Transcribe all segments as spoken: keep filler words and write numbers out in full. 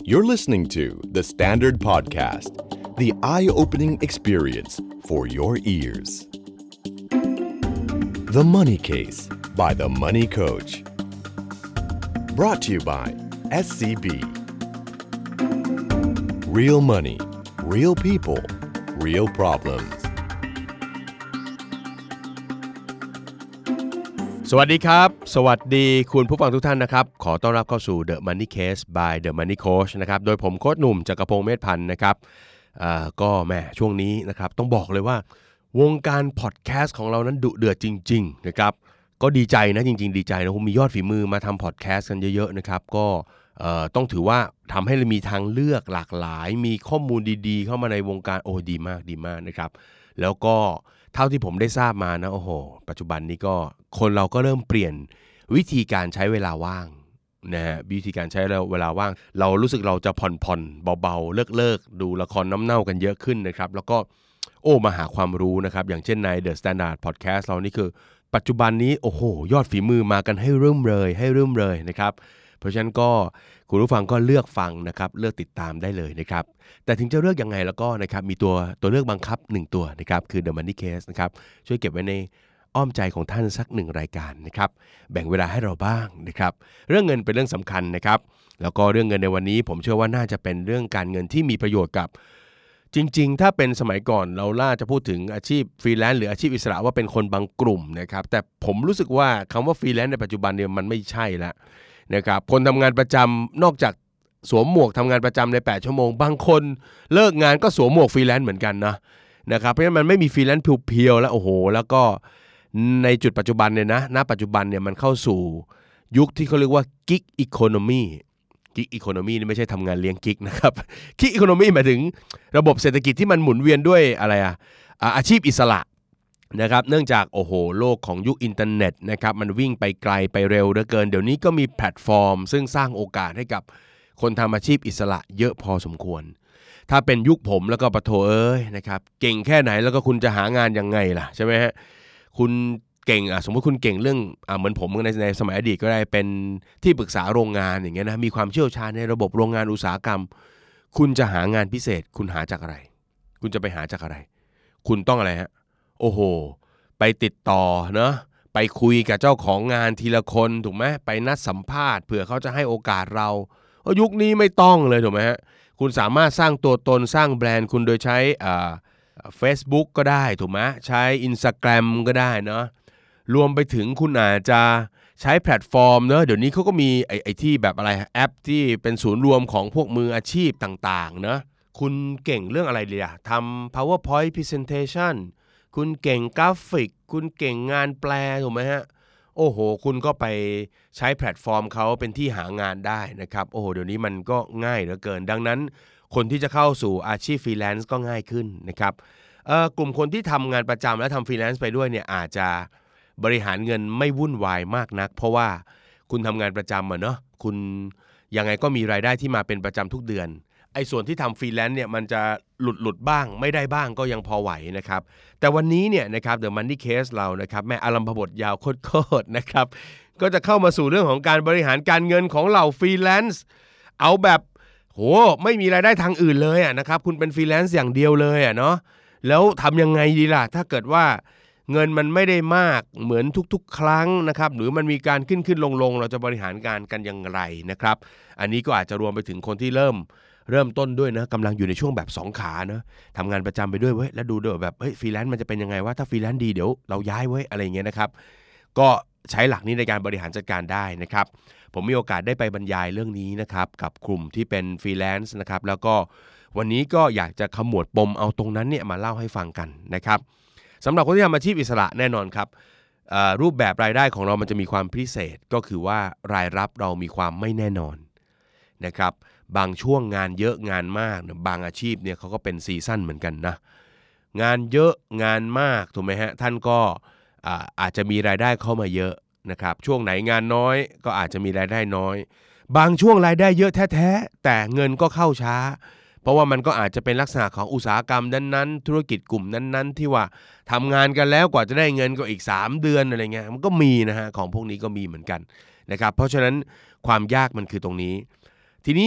You're listening to The Standard Podcast, the eye-opening experience for your ears. The Money Case by The Money Coach. Brought to you by เอส ซี บี Real Money, Real People, Real Problems. สวัสดีครับสวัสดีคุณผู้ฟังทุกท่านนะครับขอต้อนรับเข้าสู่ The Money Case by The Money Coach นะครับโดยผมโค้ชหนุ่มจักรพงษ์เมธพันธ์นะครับอ่าก็แหมช่วงนี้นะครับต้องบอกเลยว่าวงการพอดแคสต์ของเรานั้นดุเดือดจริงๆนะครับก็ดีใจนะจริงๆดีใจนะผมมียอดฝีมือมาทำพอดแคสต์กันเยอะๆนะครับก็เอ่อต้องถือว่าทำให้เรามีทางเลือกหลากหลายมีข้อมูลดีๆเข้ามาในวงการโอ้ดีมากดีมากนะครับแล้วก็เท่าที่ผมได้ทราบมานะโอ้โหปัจจุบันนี้ก็คนเราก็เริ่มเปลี่ยนวิธีการใช้เวลาว่างนะฮะวิธีการใช้เวลาว่างเรารู้สึกเราจะผ่อนๆเบาๆเลิกๆดูละครน้ำเน่ากันเยอะขึ้นนะครับแล้วก็โอ้มาหาความรู้นะครับอย่างเช่นใน The Standard Podcast เรานี่คือปัจจุบันนี้โอ้โหยอดฝีมือมากันให้เริ่มเลยให้เริ่มเลยนะครับเพราะฉะนั้นก็คุณผู้ฟังก็เลือกฟังนะครับเลือกติดตามได้เลยนะครับแต่ถึงจะเลือกยังไงแล้วก็นะครับมีตัวตัวเลือกบังคับหนึ่งตัวนะครับคือ The Money Case นะครับช่วยเก็บไว้ในอ้อมใจของท่านสักหนึ่งรายการนะครับแบ่งเวลาให้เราบ้างนะครับเรื่องเงินเป็นเรื่องสำคัญนะครับแล้วก็เรื่องเงินในวันนี้ผมเชื่อว่าน่าจะเป็นเรื่องการเงินที่มีประโยชน์กับจริงๆถ้าเป็นสมัยก่อนเราล่าจะพูดถึงอาชีพฟรีแลนซ์หรืออาชีพอิสระว่าเป็นคนบางกลุ่มนะครับแต่ผมรู้สึกว่าคำว่าฟรีแลนซ์ในปัจจุบันเนี่ยมันไม่ใช่ละนะครับคนทำงานประจำนอกจากสวมหมวกทำงานประจำในแปดชั่วโมงบางคนเลิกงานก็สวมหมวกฟรีแลนซ์เหมือนกันนะนะครับเพราะฉะนั้นมันไม่มีฟรีแลนซ์เพียวๆแล้วโอ้โหแล้วก็ในจุดปัจจุบันเนี่ยนะณปัจจุบันเนี่ยมันเข้าสู่ยุคที่เขาเรียกว่ากิ๊กอีโคโนมีกิ๊กอีโคโนมีนี่ไม่ใช่ทำงานเลี้ยงกิ๊กนะครับกิ๊กอีโคโนมีหมายถึงระบบเศรษฐกิจที่มันหมุนเวียนด้วยอะไรอะอาชีพอิสระนะครับเนื่องจากโอ้โหโลกของยุคอินเทอร์เน็ตนะครับมันวิ่งไปไกลไปเร็วเหลือเกินเดี๋ยวนี้ก็มีแพลตฟอร์มซึ่งสร้างโอกาสให้กับคนทำอาชีพอิสระเยอะพอสมควรถ้าเป็นยุคผมแล้วก็ปะโถเอ้ยนะครับเก่งแค่ไหนแล้วก็คุณจะหางานยังไงล่ะใช่ไหมฮะคุณเก่งอ่ะสมมติคุณเก่งเรื่องอ่าเหมือนผมในในสมัยอดีตก็ได้เป็นที่ปรึกษาโรงงานอย่างเงี้ยนะมีความเชี่ยวชาญในระบบโรงงานอุตสาหกรรมคุณจะหางานพิเศษคุณหาจากอะไรคุณจะไปหาจากอะไรคุณต้องอะไรฮะโอ้โหไปติดต่อเนาะไปคุยกับเจ้าของงานทีละคนถูกไหมไปนัดสัมภาษณ์เผื่อเขาจะให้โอกาสเรายุคนี้ไม่ต้องเลยถูกไหมฮะคุณสามารถสร้างตัวตนสร้างแบรนด์คุณโดยใช้อ่า Facebook ก็ได้ถูกไหมใช้ Instagram ก็ได้เนาะรวมไปถึงคุณอาจจะใช้แพลตฟอร์มเนอะเดี๋ยวนี้เขาก็มีไอ้ไอ้ที่แบบอะไรแอปที่เป็นศูนย์รวมของพวกมืออาชีพต่างๆเนอะคุณเก่งเรื่องอะไรเลยอะทำ PowerPoint Presentation คุณเก่งกราฟิกคุณเก่งงานแปลถูกไหมฮะโอ้โหคุณก็ไปใช้แพลตฟอร์มเขาเป็นที่หางานได้นะครับโอ้โหเดี๋ยวนี้มันก็ง่ายเหลือเกินดังนั้นคนที่จะเข้าสู่อาชีพฟรีแลนซ์ก็ง่ายขึ้นนะครับเอ่อกลุ่มคนที่ทำงานประจำและทำฟรีแลนซ์ไปด้วยเนี่ยอาจจะบริหารเงินไม่วุ่นวายมากนักเพราะว่าคุณทำงานประจำอะเนาะคุณยังไงก็มีรายได้ที่มาเป็นประจำทุกเดือนไอ้ส่วนที่ทำฟรีแลนซ์เนี่ยมันจะหลุดหลุดบ้างไม่ได้บ้างก็ยังพอไหวนะครับแต่วันนี้เนี่ยนะครับ The Money Case เรานะครับแม่อารัมภบทยาวโคตรๆนะครับก็จะเข้ามาสู่เรื่องของการบริหารการเงินของเหล่าฟรีแลนซ์เอาแบบโหไม่มีรายได้ทางอื่นเลยอ่ะนะครับคุณเป็นฟรีแลนซ์อย่างเดียวเลยอ่ะเนาะแล้วทำยังไงดีล่ะถ้าเกิดว่าเงินมันไม่ได้มากเหมือนทุกๆครั้งนะครับหรือมันมีการขึ้นขึ้นลงๆเราจะบริหารการกันอย่างไรนะครับอันนี้ก็อาจจะรวมไปถึงคนที่เริ่มเริ่มต้นด้วยนะกำลังอยู่ในช่วงแบบสองขานะทำงานประจำไปด้วยเว้ยแล้วดูด้วยแบบเฮ้ยฟรีแลนซ์มันจะเป็นยังไงว่าถ้าฟรีแลนซ์ดีเดี๋ยวเราย้ายเว้ยอะไรอย่างเงี้ยนะครับก็ใช้หลักนี้ในการบริหารจัดการได้นะครับผมมีโอกาสได้ไปบรรยายเรื่องนี้นะครับกับกลุ่มที่เป็นฟรีแลนซ์นะครับแล้วก็วันนี้ก็อยากจะขมวดปมเอาตรงนั้นเนี่ยมาเล่าให้ฟังกันนะครับสำหรับคนที่ทำอาชีพอิสระแน่นอนครับรูปแบบรายได้ของเรามันจะมีความพิเศษก็คือว่ารายรับเรามีความไม่แน่นอนนะครับบางช่วงงานเยอะงานมากบางอาชีพเนี่ยเขาก็เป็นซีซั่นเหมือนกันนะงานเยอะงานมากถูกไหมฮะท่านก็อาอาจจะมีรายได้เข้ามาเยอะนะครับช่วงไหนงานน้อยก็อาจจะมีรายได้น้อยบางช่วงรายได้เยอะแท้ๆแต่เงินก็เข้าช้าเพราะว่ามันก็อาจจะเป็นลักษณะของอุตสาหกรรมนั้นๆธุรกิจกลุ่มนั้นๆที่ว่าทำงานกันแล้วกว่าจะได้เงินก็อีกสามเดือนอะไรเงี้ยมันก็มีนะฮะของพวกนี้ก็มีเหมือนกันนะครับเพราะฉะนั้นความยากมันคือตรงนี้ทีนี้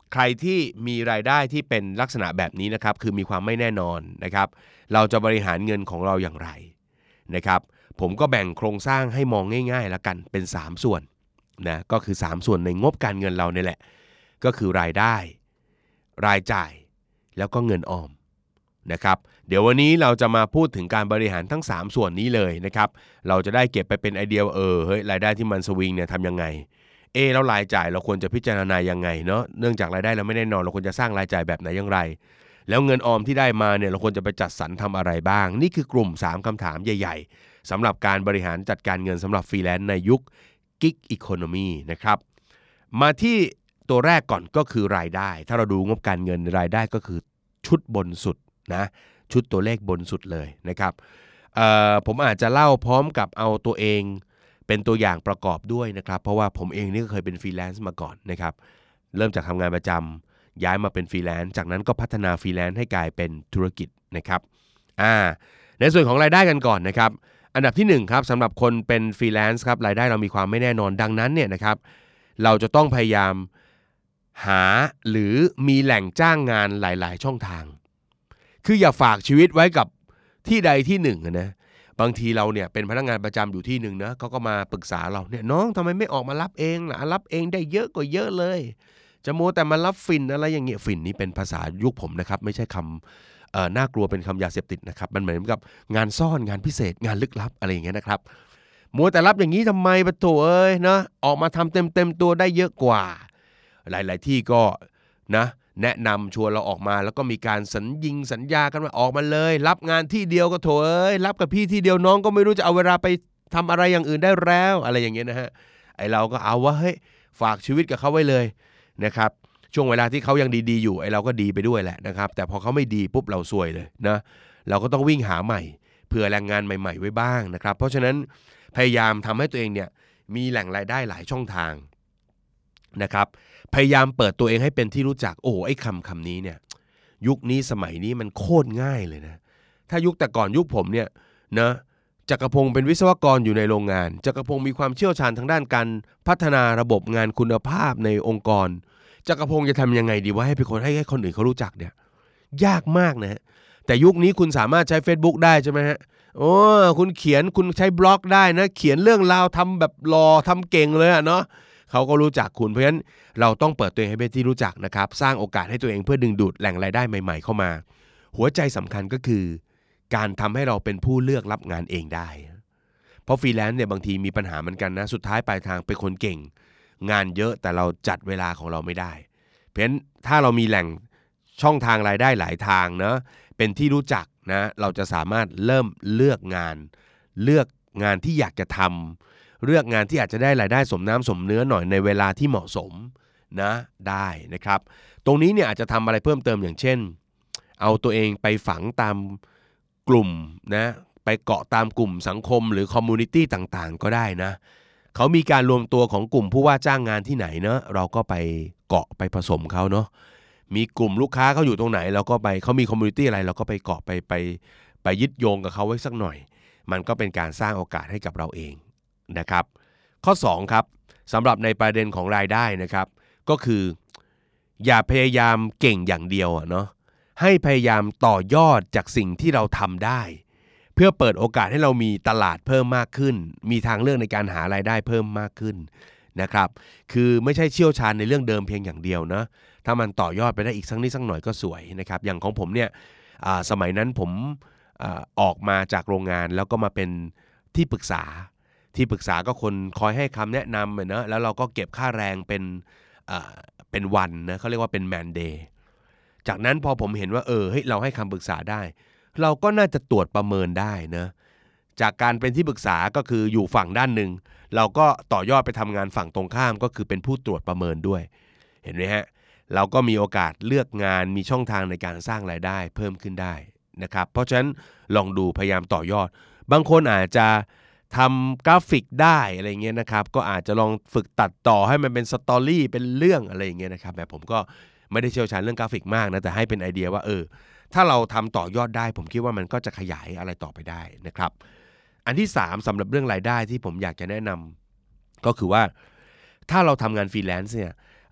ใครที่มีรายได้ที่เป็นลักษณะแบบนี้นะครับคือมีความไม่แน่นอนนะครับเราจะบริหารเงินของเราอย่างไรนะครับผมก็แบ่งโครงสร้างให้มองง่ายๆแล้วกันเป็นสามส่วนนะก็คือสามส่วนในงบการเงินเราเนี่ยแหละก็คือรายได้รายจ่ายแล้วก็เงินออมนะครับเดี๋ยววันนี้เราจะมาพูดถึงการบริหารทั้งสามส่วนนี้เลยนะครับเราจะได้เก็บไปเป็นไอเดียเออเฮ้ยรายได้ที่มันสวิงเนี่ยทำยังไงเอแล้วรายจ่ายเราควรจะพิจารณายังไงเนาะเนื่องจากรายได้เราไม่แน่นอนเราควรจะสร้างรายจ่ายแบบไหนอย่างไรแล้วเงินออมที่ได้มาเนี่ยเราควรจะไปจัดสรรทำอะไรบ้างนี่คือกลุ่มสามคำถามใหญ่ๆสำหรับการบริหารจัดการเงินสำหรับฟรีแลนซ์ในยุคกิ๊กอีโคโนมีนะครับมาที่ตัวแรกก่อนก็คือรายได้ถ้าเราดูงบการเงินรายได้ก็คือชุดบนสุดนะชุดตัวเลขบนสุดเลยนะครับผมอาจจะเล่าพร้อมกับเอาตัวเองเป็นตัวอย่างประกอบด้วยนะครับเพราะว่าผมเองนี่ก็เคยเป็นฟรีแลนซ์มาก่อนนะครับเริ่มจากทำงานประจำย้ายมาเป็นฟรีแลนซ์จากนั้นก็พัฒนาฟรีแลนซ์ให้กลายเป็นธุรกิจนะครับอ่าในส่วนของรายได้กันก่อนนะครับอันดับที่หนึ่งครับสำหรับคนเป็นฟรีแลนซ์ครับรายได้เรามีความไม่แน่นอนดังนั้นเนี่ยนะครับเราจะต้องพยายามหาหรือมีแหล่งจ้างงานหลายๆช่องทางคืออย่าฝากชีวิตไว้กับที่ใดที่หนึ่งนะบางทีเราเนี่ยเป็นพนักงานประจำอยู่ที่หนึ่งนะเขาก็มาปรึกษาเราเนี่ยน้องทำไมไม่ออกมารับเองล่ะรับเองได้เยอะกว่าเยอะเลยจะโมแต่มารับฟินอะไรอย่างเงี้ยฟินนี่เป็นภาษายุคผมนะครับไม่ใช่คำเอ่อน่ากลัวเป็นคำยาเสพติดนะครับมันเหมือนกับงานซ่อนงานพิเศษงานลึกลับอะไรอย่างเงี้ยนะครับโมแต่รับอย่างนี้ทำไมปะโถเอ้ยนะออกมาทำเต็มเต็มตัวได้เยอะกว่าหลายๆที่ก็นะแนะนำชวนเราออกมาแล้วก็มีการสัญญิงสัญญากันว่าออกมาเลยรับงานที่เดียวก็โถเอ้ยรับกับพี่ที่เดียวน้องก็ไม่รู้จะเอาเวลาไปทำอะไรอย่างอื่นได้แล้วอะไรอย่างเงี้ยนะฮะไอเราก็เอาว่าเฮ้ยฝากชีวิตกับเขาไว้เลยนะครับช่วงเวลาที่เขายังดีๆอยู่ไอเราก็ดีไปด้วยแหละนะครับแต่พอเขาไม่ดีปุ๊บเราซวยเลยนะเราก็ต้องวิ่งหาใหม่เผื่อแรงงานใหม่ๆไว้บ้างนะครับเพราะฉะนั้นพยายามทำให้ตัวเองเนี่ยมีแหล่งรายได้หลายช่องทางนะครับพยายามเปิดตัวเองให้เป็นที่รู้จักโอ้ไอ้คำคำนี้เนี่ยยุคนี้สมัยนี้มันโคตรง่ายเลยนะถ้ายุคแต่ก่อนยุคผมเนี่ยนะจักรพงศ์เป็นวิศวกรอยู่ในโรงงานจักรพงศ์มีความเชี่ยวชาญทางด้านการพัฒนาระบบงานคุณภาพในองค์กรจักรพงศ์จะทำยังไงดีว่าให้เป็นคนให้ให้คนอื่นเขารู้จักเนี่ยยากมากนะแต่ยุคนี้คุณสามารถใช้ Facebook ได้ใช่ไหมฮะโอ้คุณเขียนคุณใช้บล็อกได้นะเขียนเรื่องราวทำแบบรอทำเก่งเลยอะเนาะเขาก็รู้จักคุณเพราะฉะนั้นเราต้องเปิดตัวเองให้เป็นที่รู้จักนะครับสร้างโอกาสให้ตัวเองเพื่อดึงดูดแหล่งรายได้ใหม่ๆเข้ามาหัวใจสำคัญก็คือการทำให้เราเป็นผู้เลือกรับงานเองได้เพราะฟรีแลนซ์เนี่ยบางทีมีปัญหาเหมือนกันนะสุดท้ายปลายทางเป็นคนเก่งงานเยอะแต่เราจัดเวลาของเราไม่ได้เพราะฉะนั้นถ้าเรามีแหล่งช่องทางรายได้หลายทางเนาะเป็นที่รู้จักนะเราจะสามารถเริ่มเลือกงานเลือกงานที่อยากจะทำเลือกงานที่อาจจะได้รายได้สมน้ำสมเนื้อหน่อยในเวลาที่เหมาะสมนะได้นะครับตรงนี้เนี่ยอาจจะทำอะไรเพิ่มเติมอย่างเช่นเอาตัวเองไปฝังตามกลุ่มนะไปเกาะตามกลุ่มสังคมหรือคอมมูนิตี้ต่างๆก็ได้นะเขามีการรวมตัวของกลุ่มผู้ว่าจ้างงานที่ไหนเนาะเราก็ไปเกาะไปผสมเขาเนาะมีกลุ่มลูกค้าเขาอยู่ตรงไหนเราก็ไปเขามีคอมมูนิตี้อะไรเราก็ไปเกาะไปไปไปยึดโยงกับเขาไว้สักหน่อยมันก็เป็นการสร้างโอกาสให้กับเราเองนะครับข้อสองครับสำหรับในประเด็นของรายได้นะครับก็คืออย่าพยายามเก่งอย่างเดียวเนาะให้พยายามต่อยอดจากสิ่งที่เราทำได้เพื่อเปิดโอกาสให้เรามีตลาดเพิ่มมากขึ้นมีทางเลือกในการหารายได้เพิ่มมากขึ้นนะครับคือไม่ใช่เชี่ยวชาญในเรื่องเดิมเพียงอย่างเดียวนะถ้ามันต่อยอดไปได้อีกสักนิดสักหน่อยก็สวยนะครับอย่างของผมเนี่ยสมัยนั้นผมออกมาจากโรงงานแล้วก็มาเป็นที่ปรึกษาที่ปรึกษาก็คนคอยให้คำแนะนำนะแล้วเราก็เก็บค่าแรงเป็นเป็นวันนะเขาเรียกว่าเป็นแมนเดย์จากนั้นพอผมเห็นว่าเออเฮ้ยเราให้คำปรึกษาได้เราก็น่าจะตรวจประเมินได้นะจากการเป็นที่ปรึกษาก็คืออยู่ฝั่งด้านหนึ่งเราก็ต่อยอดไปทำงานฝั่งตรงข้ามก็คือเป็นผู้ตรวจประเมินด้วยเห็นไหมฮะเราก็มีโอกาสเลือกงานมีช่องทางในการสร้างรายได้เพิ่มขึ้นได้นะครับเพราะฉะนั้นลองดูพยายามต่อยอดบางคนอาจจะทำกราฟิกได้อะไรเงี้ยนะครับก็อาจจะลองฝึกตัดต่อให้มันเป็นสตอรี่เป็นเรื่องอะไรอย่างเงี้ยนะครับแบบผมก็ไม่ได้เชี่ยวชาญเรื่องกราฟิกมากนะแต่ให้เป็นไอเดียว่าเออถ้าเราทำต่อยอดได้ผมคิดว่ามันก็จะขยายอะไรต่อไปได้นะครับอันที่สามสำหรับเรื่องรายได้ที่ผมอยากจะแนะนำก็คือว่าถ้าเราทำงานฟรีแลนซ์เนี่ย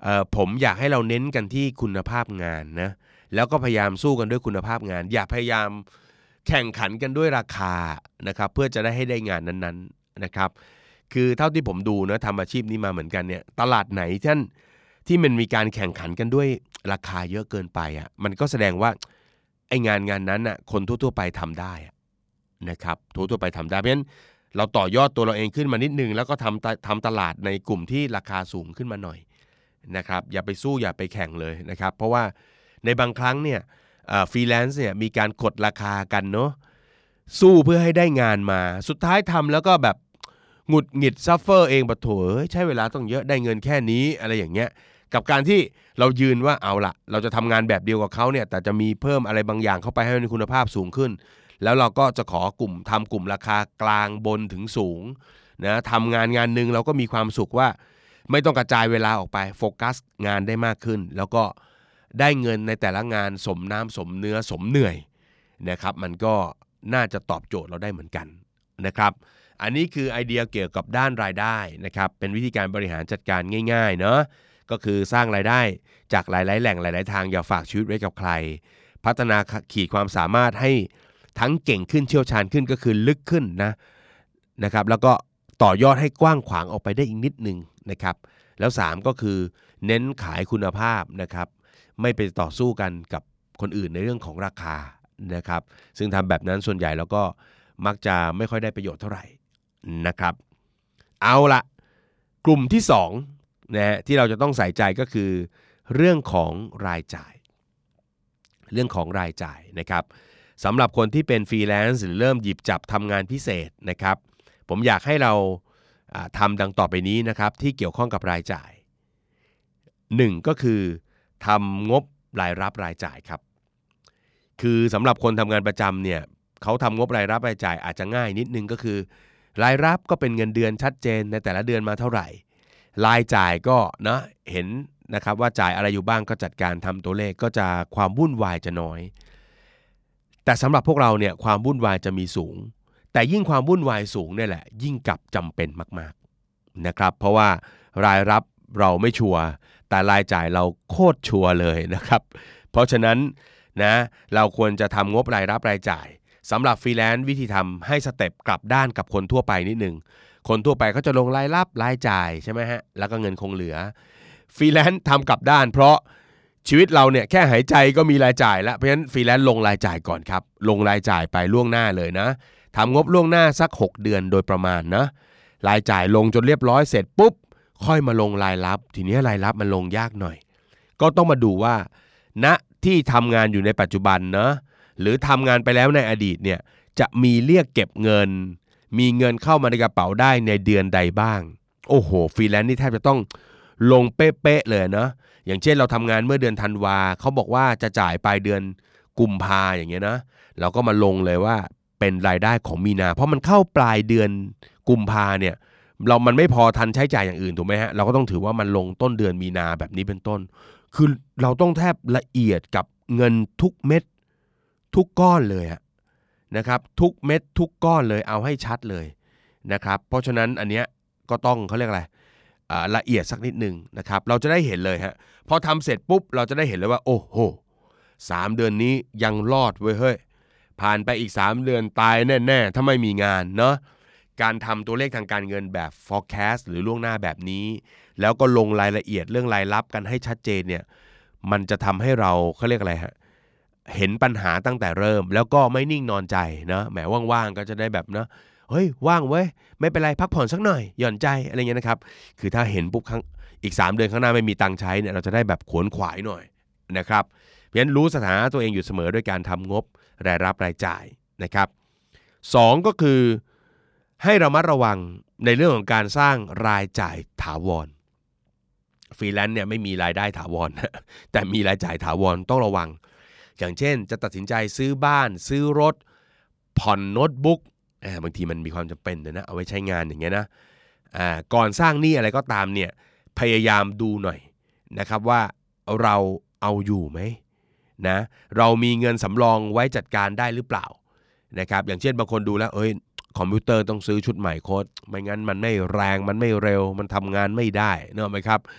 เอ่อผมอยากให้เราเน้นกันที่คุณภาพงานนะแล้วก็พยายามสู้กันด้วยคุณภาพงานอย่าพยายามแข่งขันกันด้วยราคานะครับเพื่อจะได้ให้ได้งานนั้นๆนะครับคือเท่าที่ผมดูนะทำอาชีพนี้มาเหมือนกันเนี่ยตลาดไหนท่านที่มันมีการแข่งขันกันด้วยราคาเยอะเกินไปอ่ะมันก็แสดงว่าไอ้งานงานนั้นอ่ะคนทั่วๆไปทำได้นะครับทั่วๆไปทำได้เพราะฉะนั้นเราต่อยอดตัวเราเองขึ้นมานิดนึงแล้วก็ทำทำตลาดในกลุ่มที่ราคาสูงขึ้นมาหน่อยนะครับอย่าไปสู้อย่าไปแข่งเลยนะครับเพราะว่าในบางครั้งเนี่ยฟรีแลนซ์เนี่ยมีการกดราคากันเนาะสู้เพื่อให้ได้งานมาสุดท้ายทำแล้วก็แบบหงุดหงิดซัฟเฟอร์เองปะโถเอ้ยใช้เวลาต้องเยอะได้เงินแค่นี้อะไรอย่างเงี้ยกับการที่เรายืนว่าเอาละเราจะทำงานแบบเดียวกับเขาเนี่ยแต่จะมีเพิ่มอะไรบางอย่างเข้าไปให้มีคุณภาพสูงขึ้นแล้วเราก็จะขอกลุ่มทำกลุ่มราคากลางบนถึงสูงนะทำงานงานนึงเราก็มีความสุขว่าไม่ต้องกระจายเวลาออกไปโฟกัสงานได้มากขึ้นแล้วก็ได้เงินในแต่ละงานสมน้ำสมเนื้อสมเหนื่อยนะครับมันก็น่าจะตอบโจทย์เราได้เหมือนกันนะครับอันนี้คือไอเดียเกี่ยวกับด้านรายได้นะครับเป็นวิธีการบริหารจัดการง่ายๆเนาะก็คือสร้างรายได้จากหลายๆแหล่งหลายๆทางอย่าฝากชีวิตไว้กับใครพัฒนาขีดความสามารถให้ทั้งเก่งขึ้นเชี่ยวชาญขึ้นก็คือลึกขึ้นนะนะครับแล้วก็ต่อยอดให้กว้างขวางออกไปได้อีกนิดนึงนะครับแล้วสามก็คือเน้นขายคุณภาพนะครับไม่ไปต่อสู้กันกับคนอื่นในเรื่องของราคานะครับซึ่งทำแบบนั้นส่วนใหญ่แล้วก็มักจะไม่ค่อยได้ประโยชน์เท่าไหร่นะครับเอาละกลุ่มที่สองนะฮะที่เราจะต้องใส่ใจก็คือเรื่องของรายจ่ายเรื่องของรายจ่ายนะครับสำหรับคนที่เป็นฟรีแลนซ์หรือเริ่มหยิบจับทำงานพิเศษนะครับผมอยากให้เราทำดังต่อไปนี้นะครับที่เกี่ยวข้องกับรายจ่ายหนึ่งก็คือทำงบรายรับรายจ่ายครับคือสำหรับคนทำงานประจำเนี่ยเขาทำงบรายรับรายจ่ายอาจจะง่ายนิดนึงก็คือรายรับก็เป็นเงินเดือนชัดเจนในแต่ละเดือนมาเท่าไหร่รายจ่ายก็นะเห็นนะครับว่าจ่ายอะไรอยู่บ้างก็จัดการทำตัวเลขก็จะความวุ่นวายจะน้อยแต่สำหรับพวกเราเนี่ยความวุ่นวายจะมีสูงแต่ยิ่งความวุ่นวายสูงเนี่ยแหละยิ่งกับจำเป็นมากๆนะครับเพราะว่ารายรับเราไม่ชัวร์แต่รายจ่ายเราโคตรชัวร์เลยนะครับเพราะฉะนั้นนะเราควรจะทำงบรายรับรายจ่ายสำหรับฟรีแลนซ์วิธีทำให้สเต็ปกลับด้านกับคนทั่วไปนิดนึงคนทั่วไปเขาจะลงรายรับรายจ่ายใช่ไหมฮะแล้วก็เงินคงเหลือฟรีแลนซ์ทำกลับด้านเพราะชีวิตเราเนี่ยแค่หายใจก็มีรายจ่ายแล้วเพราะฉะนั้นฟรีแลนซ์ลงรายจ่ายก่อนครับลงรายจ่ายไปล่วงหน้าเลยนะทำงบล่วงหน้าสักหกเดือนโดยประมาณนะรายจ่ายลงจนเรียบร้อยเสร็จปุ๊บค่อยมาลงรายรับทีนี้รายรับมันลงยากหน่อยก็ต้องมาดูว่าณที่ทำงานอยู่ในปัจจุบันนะหรือทำงานไปแล้วในอดีตเนี่ยจะมีเรียกเก็บเงินมีเงินเข้ามาในกระเป๋าได้ในเดือนใดบ้างโอ้โหฟรีแลนซ์นี่แทบจะต้องลงเป๊ะๆเลยนะอย่างเช่นเราทำงานเมื่อเดือนธันวาเขาบอกว่าจะจ่ายปลายเดือนกุมภาอย่างเงี้ยนะเราก็มาลงเลยว่าเป็นรายได้ของมีนาเพราะมันเข้าปลายเดือนกุมภาเนี่ยเรามันไม่พอทันใช้จ่ายอย่างอื่นถูกไหมฮะเราก็ต้องถือว่ามันลงต้นเดือนมีนาแบบนี้เป็นต้นคือเราต้องแทบละเอียดกับเงินทุกเม็ดทุกก้อนเลยอะนะครับทุกเม็ดทุกก้อนเลยเอาให้ชัดเลยนะครับเพราะฉะนั้นอันเนี้ยก็ต้องเขาเรียกอะไรละเอียดสักนิดนึงนะครับเราจะได้เห็นเลยฮะพอทำเสร็จปุ๊บเราจะได้เห็นเลยว่าโอ้โหสามเดือนนี้ยังรอดเว้ยเฮ้ยผ่านไปอีกสามเดือนตายแน่ๆถ้าไม่มีงานเนาะการทำตัวเลขทางการเงินแบบ forecast หรือล่วงหน้าแบบนี้แล้วก็ลงรายละเอียดเรื่องรายรับกันให้ชัดเจนเนี่ยมันจะทำให้เราเขาเรียกอะไรฮะเห็นปัญหาตั้งแต่เริ่มแล้วก็ไม่นิ่งนอนใจนะแหมว่างๆก็จะได้แบบนะเฮ้ยว่างเว้ยไม่เป็นไรพักผ่อนสักหน่อยหย่อนใจอะไรเงี้ยนะครับคือถ้าเห็นปุ๊บครั้งอีกสามเดือนข้างหน้าไม่มีตังค์ใช้เนี่ยเราจะได้แบบขวนขวายหน่อยนะครับเพราะฉะนั้นรู้สถานะตัวเองอยู่เสมอด้วยการทำงบรายรับรายจ่ายนะครับสองก็คือให้เรามัดระวังในเรื่องของการสร้างรายจ่ายถาวรฟรีแลนซ์เนี่ยไม่มีรายได้ถาวรแต่มีรายจ่ายถาวรต้องระวังอย่างเช่นจะตัดสินใจซื้อบ้านซื้อรถผ่อนโน้ตบุ๊กบางทีมันมีความจำเป็นนะเอาไว้ใช้งานอย่างเงี้ยนะก่อนสร้างหนี้อะไรก็ตามเนี่ยพยายามดูหน่อยนะครับว่าเราเอาอยู่ไหมนะเรามีเงินสำรองไว้จัดการได้หรือเปล่านะครับอย่างเช่นบางคนดูแล้วเอ้ยคอมพิวเตอร์ต้องซื้อชุดใหม่โค้ดไม่งั้นมันไม่แรงมันไม่เร็วมันทำงานไม่ได้เนอะไหมครับ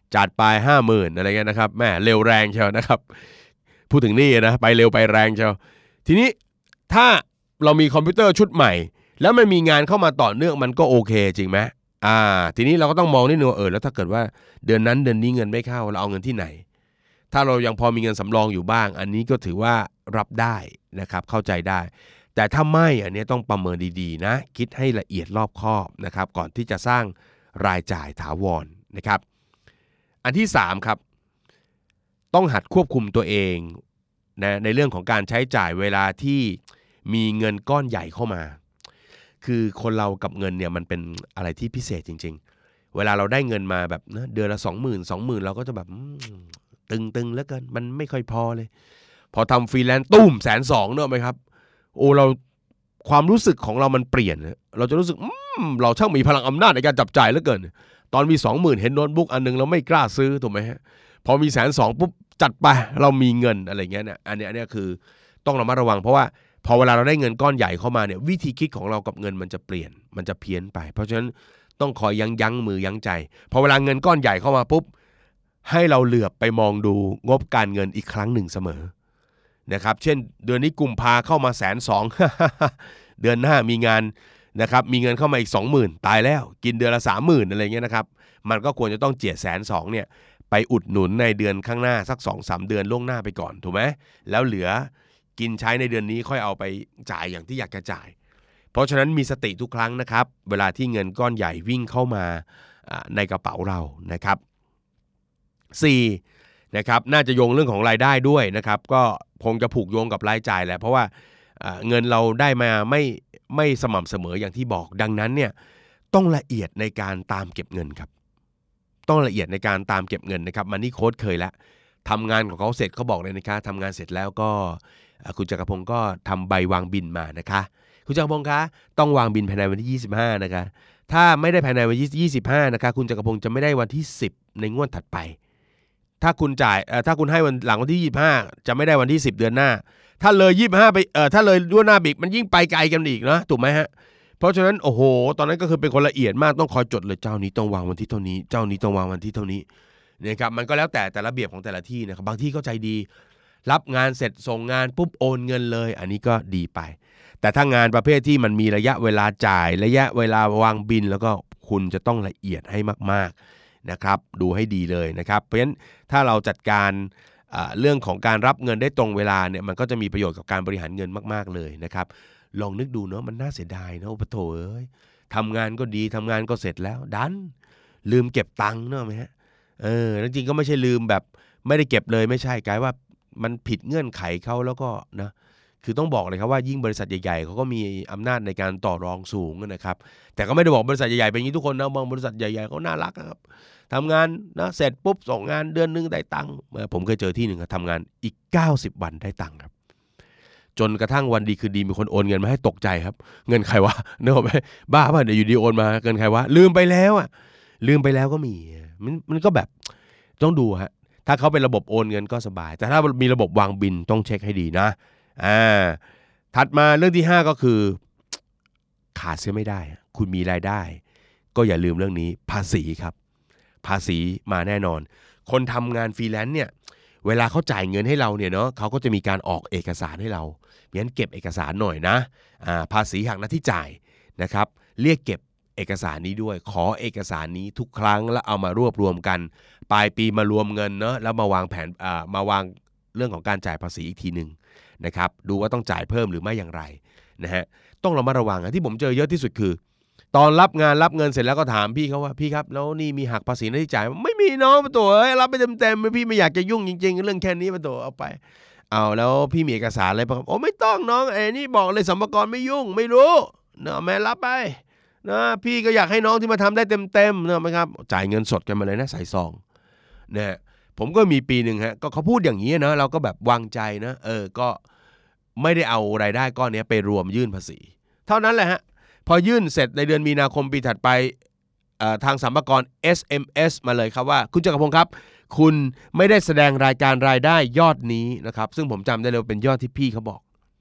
จัดไป ห้าหมื่น อะไรเงี้ยนะครับแม่เร็วแรงเชียวนะครับพูดถึงนี่นะไปเร็วไปแรงเชียวทีนี้ถ้าเรามีคอมพิวเตอร์ชุดใหม่แล้วมันมีงานเข้ามาต่อเนื่องมันก็โอเคจริงไหมอ่าทีนี้เราก็ต้องมองนิดนึงเออแล้วถ้าเกิดว่าเดือนนั้นเดือนนี้เงินไม่เข้าเราเอาเงินที่ไหนถ้าเรายังพอมีเงินสำรองอยู่บ้างอันนี้ก็ถือว่ารับได้นะครับเข้าใจได้แต่ถ้าไม่อันนี้ต้องประเมินดีๆนะคิดให้ละเอียดรอบคอบนะครับก่อนที่จะสร้างรายจ่ายถาวรนะครับอันที่สามครับต้องหัดควบคุมตัวเองนะในเรื่องของการใช้จ่ายเวลาที่มีเงินก้อนใหญ่เข้ามาคือคนเรากับเงินเนี่ยมันเป็นอะไรที่พิเศษจริงๆเวลาเราได้เงินมาแบบนะเดือนละ สองหมื่น สองหมื่น เราก็จะแบบตึงๆเหลือเกินมันไม่ค่อยพอเลยพอทำฟรีแลนซ์ตุ้ม แสนสอง เนอะไหมครับโอ้เราความรู้สึกของเรามันเปลี่ยนเราจะรู้สึกเราช่างมีพลังอำนาจในการจับจ่ายเหลือเกินตอนมี สองหมื่น เห็นโน้ตบุ๊กอันนึงเราไม่กล้าซื้อถูกไหมฮะพอมี แสนสอง ปุ๊บจัดไปเรามีเงินอะไรเงี้ยเนี่ยอันนี้อันนี้คือต้องระมัดระวังเพราะว่าพอเวลาเราได้เงินก้อนใหญ่เข้ามาเนี่ยวิธีคิดของเรากับเงินมันจะเปลี่ยนมันจะเพี้ยนไปเพราะฉะนั้นต้องคอยยั้งยั้งมือยั้งใจพอเวลาเงินก้อนใหญ่เข้ามาปุ๊บให้เราเหลือบไปมองดูงบการเงินอีกครั้งหนึ่งเสมอนะครับเช่นเดือนนี้กุมภาเข้ามาแสนสองเดือนหน้ามีงานนะครับมีเงินเข้ามาอีก สองหมื่น ตายแล้วกินเดือนละ สามหมื่น อะไรเงี้ยนะครับมันก็ควรจะต้องเจียดแสนสองเนี่ยไปอุดหนุนในเดือนข้างหน้าสัก สองสาม เดือนล่วงหน้าไปก่อนถูกไหมแล้วเหลือกินใช้ในเดือนนี้ค่อยเอาไปจ่ายอย่างที่อยากจะจ่ายเพราะฉะนั้นมีสติทุกครั้งนะครับเวลาที่เงินก้อนใหญ่วิ่งเข้ามาในกระเป๋าเรานะครับสี่นะครับน่าจะโยงเรื่องของรายได้ด้วยนะครับก็คงจะผูกโยงกับรายจ่ายแหละเพราะว่าเงินเราได้มาไม่ไม่สม่ำเสมออย่างที่บอกดังนั้นเนี่ยต้องละเอียดในการตามเก็บเงินครับต้องละเอียดในการตามเก็บเงินนะครับมันนี่โค้ชเคยแล้วทำงานของเขาเสร็จเขาบอกเลยนะคะทำงานเสร็จแล้วก็คุณจักรพงศ์ก็ทำใบวางบินมานะคะคุณจักรพงศ์คะต้องวางบินภายในวันที่ยี่สิบห้านะคะถ้าไม่ได้ภายในวันที่ยี่สิบห้านะคะคุณจักรพงศ์จะไม่ได้วันที่สิบในงวดถัดไปถ้าคุณจ่ายเอ่อถ้าคุณให้วันหลังวันที่ยี่สิบห้าจะไม่ได้วันที่สิบเดือนหน้าถ้าเลยยี่สิบห้าไปเอ่อถ้าเลยล่วงหน้าบิกมันยิ่งไปไกลกันอีกนะถูกไหมฮะเพราะฉะนั้นโอ้โหตอนนั้นก็คือเป็นคนละเอียดมากต้องคอยจดเลยเจ้านี้ต้องวางวันที่เท่านี้เจ้านี้ต้องวางวันที่เท่านี้นะครับมันก็แล้วแต่แต่ระเบียบของแต่ละที่นะครับบางที่ก็ใจดีรับงานเสร็จส่งงานปุ๊บโอนเงินเลยอันนี้ก็ดีไปแต่ถ้างานประเภทที่มันมีระยะเวลาจ่ายระยะเวลาวางบินแล้วก็คุณจะต้องละเอียดให้มากๆนะครับดูให้ดีเลยนะครับเพราะฉะนั้นถ้าเราจัดการเรื่องของการรับเงินได้ตรงเวลาเนี่ยมันก็จะมีประโยชน์กับการบริหารเงินมากๆเลยนะครับลองนึกดูเนาะมันน่าเสียดายเนาะโอ้โถเอ้ยทำงานก็ดีทำงานก็เสร็จแล้วดันลืมเก็บตังค์เนาะไหมฮะเออจริงๆก็ไม่ใช่ลืมแบบไม่ได้เก็บเลยไม่ใช่กลายว่ามันผิดเงื่อนไขเขาแล้วก็นะคือต้องบอกเลยครับว่ายิ่งบริษัทใหญ่ๆเขาก็มีอำนาจในการต่อรองสูงนะครับแต่ก็ไม่ได้บอกบริษัทใหญ่ๆเป็นอย่างนี้ทุกคนนะบางบริษัทใหญ่ๆเขาน่ารักนะครับทำงานนะเสร็จปุ๊บส่งงานเดือนนึงได้ตังค์ผมเคยเจอที่หนึ่งทำงานอีกเก้าสิบวันได้ตังค์ครับจนกระทั่งวันดีคือดีมีคนโอนเงินมาให้ตกใจครับเงินใครวะนึกออกไหมบ้าป่ะเดี๋ยวอยู่ดีโอนมาเงินใครวะลืมไปแล้วอ่ะลืมไปแล้วก็มีมันมันก็แบบต้องดูฮะถ้าเขาเป็นระบบโอนเงินก็สบายแต่ถ้ามีระบบวางบินต้องเช็คให้ดีนะอ่าถัดมาเรื่องที่ห้าก็คือขาดเสียไม่ได้คุณมีรายได้ก็อย่าลืมเรื่องนี้ภาษีครับภาษีมาแน่นอนคนทำงานฟรีแลนซ์เนี่ยเวลาเขาจ่ายเงินให้เราเนี่ยเนาะเขาก็จะมีการออกเอกสารให้เรางั้นเก็บเอกสารหน่อยนะอ่าภาษีหักหน้าที่จ่ายนะครับเรียกเก็บเอกสารนี้ด้วยขอเอกสารนี้ทุกครั้งแล้วเอามารวบรวมกันปลายปีมารวมเงินเนาะแล้วมาวางแผนอ่ามาวางเรื่องของการจ่ายภาษีอีกทีนึงนะครับดูว่าต้องจ่ายเพิ่มหรือไม่อย่างไรนะฮะต้องระมัดระวังที่ผมเจอเยอะที่สุดคือตอนรับงานรับเงินเสร็จแล้วก็ถามพี่เขาว่าพี่ครับแล้วนี่มีหักภาษีหน้าที่จ่ายไม่มีน้องมาตัวเอ้ยรับไปเต็มๆพี่ไม่อยากจะยุ่งจริงๆเรื่องแค่นี้มาตัวเอาไปเอาแล้วพี่มีเอกสารอะไรป่ะครับโอ้ไม่ต้องน้องไอ้นี่บอกเลยสรรพากรไม่ยุ่งไม่รู้เนาะแม่รับไปนะพี่ก็อยากให้น้องที่มาทำได้เต็มๆเนาะไหมครับจ่ายเงินสดกันมาเลยนะใส่ซองเนี่ยผมก็มีปีนึงฮะก็เขาพูดอย่างนี้นะเราก็แบบวางใจนะเออก็ไม่ได้เอารายได้ก้อนนี้ไปรวมยื่นภาษีเท่านั้นแหละฮะพอยื่นเสร็จในเดือนมีนาคมปีถัดไปทางสรรพากร เอส เอ็ม เอส มาเลยครับว่าคุณจักรพงศ์ครับคุณไม่ได้แสดงรายการรายได้ยอดนี้นะครับซึ่งผมจำได้เลยเป็นยอดที่พี่เขาบอก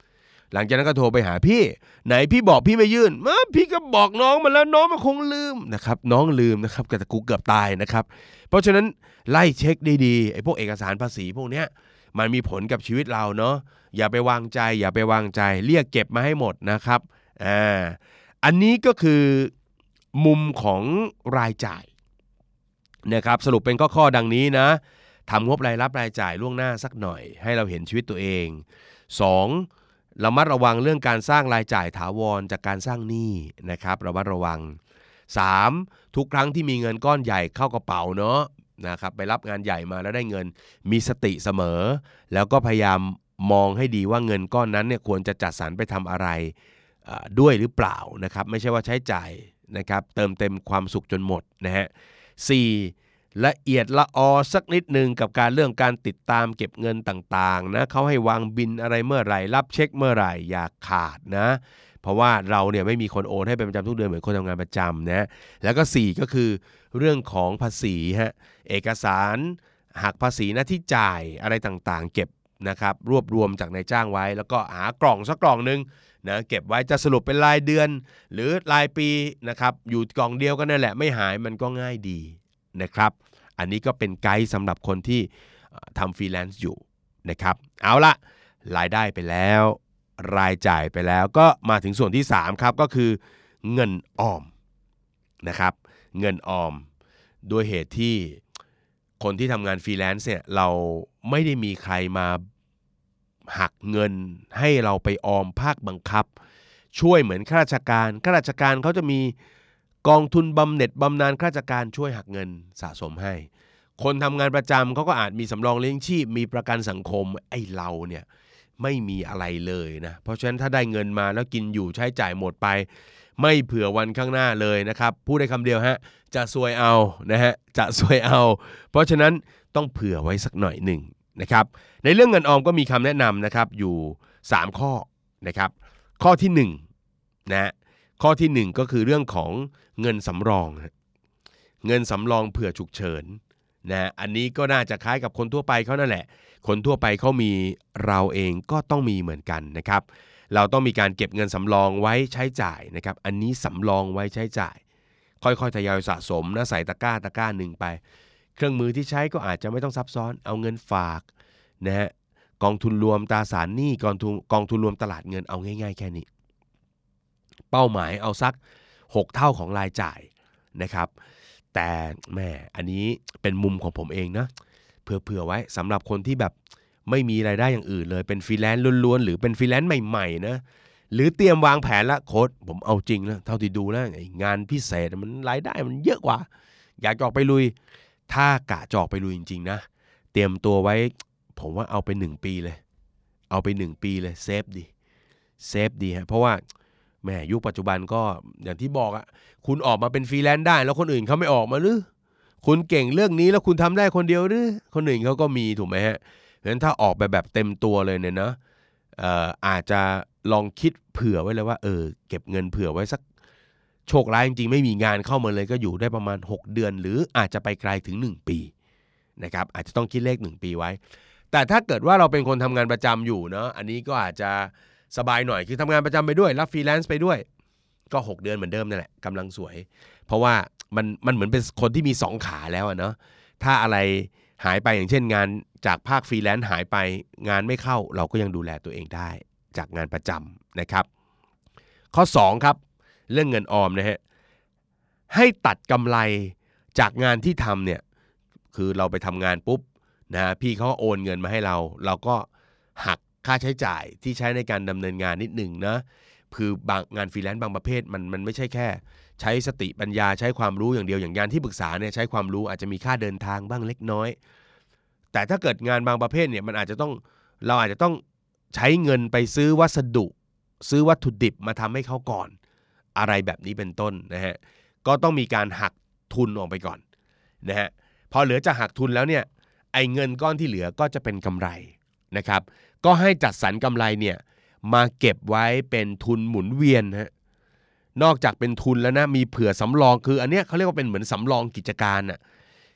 หลังจากนั้นก็โทรไปหาพี่ไหนพี่บอกพี่ไม่ยื่นมาพี่ก็บอกน้องมาแล้วน้องมันคงลืมนะครับน้องลืมนะครับแต่กูเกือบตายนะครับเพราะฉะนั้นไล่เช็คดีๆไอ้พวกเอกสารภาษีพวกเนี้ยมันมีผลกับชีวิตเราเนาะอย่าไปวางใจอย่าไปวางใจเรียกเก็บมาให้หมดนะครับอ่าอันนี้ก็คือมุมของรายจ่ายนะครับสรุปเป็นข้อๆดังนี้นะทำงบรายรับรายจ่ายล่วงหน้าสักหน่อยให้เราเห็นชีวิตตัวเองสองระมัดระวังเรื่องการสร้างรายจ่ายถาวรจากการสร้างหนี้นะครับระมัดระวังสามทุกครั้งที่มีเงินก้อนใหญ่เข้ากระเป๋าเนาะนะครับไปรับงานใหญ่มาแล้วได้เงินมีสติเสมอแล้วก็พยายามมองให้ดีว่าเงินก้อนนั้นเนี่ยควรจะจัดสรรไปทำอะไรด้วยหรือเปล่านะครับไม่ใช่ว่าใช้จ่ายนะครับเติมเต็มความสุขจนหมดนะฮะสี่ละเอียดละออสักนิดนึงกับการเรื่องการติดตามเก็บเงินต่างๆนะเขาให้วางบินอะไรเมื่อไหร่รับเช็คเมื่อไหร่อย่าขาดนะเพราะว่าเราเนี่ยไม่มีคนโอนให้เป็นประจำทุกเดือนเหมือนคนทำงานประจำนะแล้วก็สี่ก็คือเรื่องของภาษีฮะเอกสารหักภาษีหน้าที่จ่ายอะไรต่างๆเก็บนะครับรวบรวมจากนายจ้างไว้แล้วก็หากล่องสักกล่องนึงนะเก็บไว้จะสรุปเป็นรายเดือนหรือรายปีนะครับอยู่กล่องเดียวกันนั่นแหละไม่หายมันก็ง่ายดีนะครับอันนี้ก็เป็นไกด์สำหรับคนที่ทำฟรีแลนซ์อยู่นะครับเอาละรายได้ไปแล้วรายจ่ายไปแล้วก็มาถึงส่วนที่สามครับก็คือเงินออมนะครับเงินออมด้วยเหตุที่คนที่ทำงานฟรีแลนซ์เนี่ยเราไม่ได้มีใครมาหักเงินให้เราไปออมภาคบังคับช่วยเหมือนข้าราชการข้าราชการเขาจะมีกองทุนบำเหน็จบำนาญข้าราชการช่วยหักเงินสะสมให้คนทำงานประจำเขาก็อาจมีสำรองเลี้ยงชีพมีประกันสังคมไอ้เราเนี่ยไม่มีอะไรเลยนะเพราะฉะนั้นถ้าได้เงินมาแล้วกินอยู่ใช้จ่ายหมดไปไม่เผื่อวันข้างหน้าเลยนะครับพูดได้คำเดียวฮะจะซวยเอานะฮะจะซวยเอาเพราะฉะนั้นต้องเผื่อไว้สักหน่อยหนึ่งนะครับในเรื่องเงินออมก็มีคำแนะนำนะครับอยู่สามข้อนะครับข้อที่หนึ่งนะข้อที่หนึ่งก็คือเรื่องของเงินสำรองเงินสำรองเผื่อฉุกเฉินนะอันนี้ก็น่าจะคล้ายกับคนทั่วไปเขานั่นแหละคนทั่วไปเขามีเราเองก็ต้องมีเหมือนกันนะครับเราต้องมีการเก็บเงินสำรองไว้ใช้จ่ายนะครับอันนี้สำรองไว้ใช้จ่ายค่อยๆทยอยสะสมนะใส่ตะกร้าตะกร้าหนึ่งไปเครื่องมือที่ใช้ก็อาจจะไม่ต้องซับซ้อนเอาเงินฝากนะฮะกองทุนรวมตราสารหนี้กองทุนกองทุนรวมตลาดเงินเอาง่ายๆแค่นี้เป้าหมายเอาสักหกเท่าของรายจ่ายนะครับแต่แม่อันนี้เป็นมุมของผมเองนะเผื่อๆไว้สำหรับคนที่แบบไม่มีรายได้อย่างอื่นเลยเป็นฟรีแลนซ์ล้วนๆหรือเป็นฟรีแลนซ์ใหม่ๆนะหรือเตรียมวางแผนละโค้ชผมเอาจริงแล้วเท่าที่ดูแล้วงานพิเศษมันรายได้มันเยอะกว่าอยากจะออกไปลุยถ้ากะจะออกไปลุยจริงๆนะเตรียมตัวไว้ผมว่าเอาไปหนึ่งปีเลยเอาไปหนึ่งปีเลยเซฟดีเซฟดีฮะเพราะว่าแม่ยุคปัจจุบันก็อย่างที่บอกอ่ะคุณออกมาเป็นฟรีแลนซ์ได้แล้วคนอื่นเขาไม่ออกมาหรือคุณเก่งเรื่องนี้แล้วคุณทำได้คนเดียวหรือคนอื่นเขาก็มีถูกไหมฮะเพราะฉะนั้นถ้าออกไปแบบเต็มตัวเลยเนี่ยนะเอ่ออาจจะลองคิดเผื่อไว้เลยว่าเออเก็บเงินเผื่อไว้สักโชคร้ายจริงๆไม่มีงานเข้ามาเลยก็อยู่ได้ประมาณหกเดือนหรืออาจจะไปไกลถึงหนึ่งปีนะครับอาจจะต้องคิดเลขหนึ่งปีไว้แต่ถ้าเกิดว่าเราเป็นคนทำงานประจำอยู่เนาะอันนี้ก็อาจจะสบายหน่อยคือทำงานประจำไปด้วยรับฟรีแลนซ์ไปด้วยก็หกเดือนเหมือนเดิมนั่นแหละกำลังสวยเพราะว่ามันมันเหมือนเป็นคนที่มีสองขาแล้วอะเนาะถ้าอะไรหายไปอย่างเช่นงานจากภาคฟรีแลนซ์หายไปงานไม่เข้าเราก็ยังดูแลตัวเองได้จากงานประจำนะครับข้อสองครับเรื่องเงินออมนะฮะให้ตัดกำไรจากงานที่ทำเนี่ยคือเราไปทำงานปุ๊บนะพี่เขาโอนเงินมาให้เราเราก็หักค่าใช้จ่ายที่ใช้ในการดำเนินงานนิดหนึ่งนะคือบางงานฟรีแลนซ์บางประเภทมันมันไม่ใช่แค่ใช้สติปัญญาใช้ความรู้อย่างเดียวอย่างงานที่ปรึกษาเนี่ยใช้ความรู้อาจจะมีค่าเดินทางบ้างเล็กน้อยแต่ถ้าเกิดงานบางประเภทเนี่ยมันอาจจะต้องเราอาจจะต้องใช้เงินไปซื้อวัสดุซื้อวัตถุดิบมาทำให้เขาก่อนอะไรแบบนี้เป็นต้นนะฮะก็ต้องมีการหักทุนออกไปก่อนนะฮะพอเหลือจะหักทุนแล้วเนี่ยไอ้เงินก้อนที่เหลือก็จะเป็นกำไรนะครับก็ให้จัดสรรกำไรเนี่ยมาเก็บไว้เป็นทุนหมุนเวียนฮะนอกจากเป็นทุนแล้วนะมีเผื่อสำรองคืออันเนี้ยเขาเรียกว่าเป็นเหมือนสำรองกิจการน่ะ